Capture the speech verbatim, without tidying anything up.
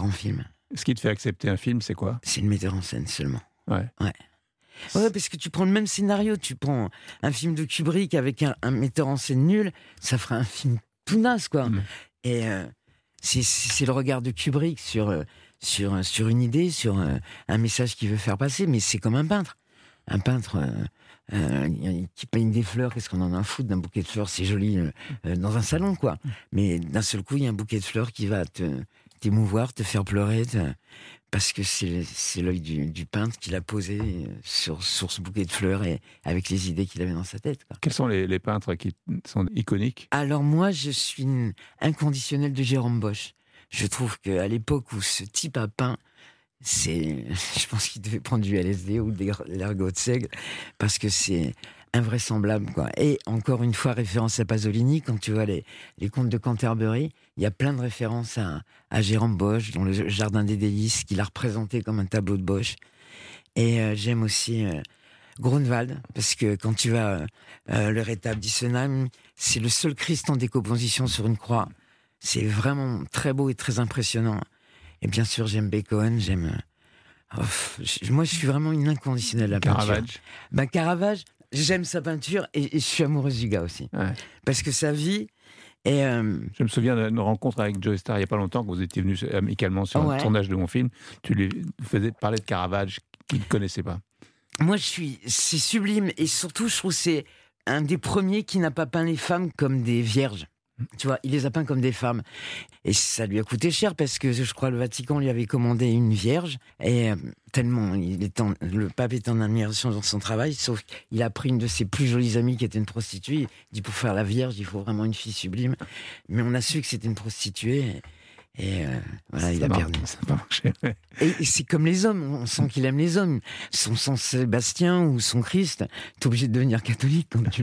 grand film. Ce qui te fait accepter un film, c'est quoi ? C'est le metteur en scène seulement. Ouais. Ouais. Ouais, parce que tu prends le même scénario, tu prends un film de Kubrick avec un, un metteur en scène nul, ça fera un film tout naze, quoi. Mmh. Et euh, c'est, c'est le regard de Kubrick sur, euh, sur, sur une idée, sur euh, un message qu'il veut faire passer, mais c'est comme un peintre. Un peintre euh, euh, qui peigne des fleurs, qu'est-ce qu'on en a à foutre d'un bouquet de fleurs, c'est joli euh, euh, dans un salon, quoi. Mais d'un seul coup, il y a un bouquet de fleurs qui va te, t'émouvoir, te faire pleurer, te... parce que c'est, c'est l'œil du, du peintre qui l'a posé sur, sur ce bouquet de fleurs et avec les idées qu'il avait dans sa tête, quoi. Quels sont les, les peintres qui sont iconiques ? Alors moi, je suis une inconditionnelle de Jérôme Bosch. Je trouve qu'à l'époque où ce type a peint, c'est, je pense qu'il devait prendre du L S D ou de l'ergot de seigle, parce que c'est invraisemblable, quoi. Et encore une fois, référence à Pasolini, quand tu vois les, les contes de Canterbury, il y a plein de références à, à Jérôme Bosch, dont le Jardin des délices, qu'il a représenté comme un tableau de Bosch. Et euh, j'aime aussi euh, Grunewald, parce que quand tu vas euh, le rétable d'Isenheim, c'est le seul Christ en décomposition sur une croix. C'est vraiment très beau et très impressionnant. Et bien sûr, j'aime Bacon, j'aime... Oh, je, moi, je suis vraiment une inconditionnelle à la peinture. Caravage. Ben, Caravage, j'aime sa peinture et, et je suis amoureuse du gars aussi. Ouais. Parce que sa vie... Et euh... Je me souviens d'une rencontre avec Joe Star il n'y a pas longtemps, que vous étiez venu amicalement sur ouais. un tournage de mon film. Tu lui faisais parler de Caravage, qu'il ne connaissait pas. Moi, je suis... C'est sublime. Et surtout, je trouve que c'est un des premiers qui n'a pas peint les femmes comme des vierges. Tu vois, il les a peints comme des femmes. Et ça lui a coûté cher parce que je crois le Vatican lui avait commandé une vierge. Et euh, tellement, il est en, le pape est en admiration dans son travail, sauf qu'il a pris une de ses plus jolies amies qui était une prostituée. Il dit, pour faire la vierge, il faut vraiment une fille sublime. Mais on a su que c'était une prostituée. Et euh, voilà, ça il a marche, perdu. Ça n'a pas marché. Et, et c'est comme les hommes, on sent qu'il aime les hommes. Son Saint Sébastien ou son Christ, t'es obligé de devenir catholique quand tu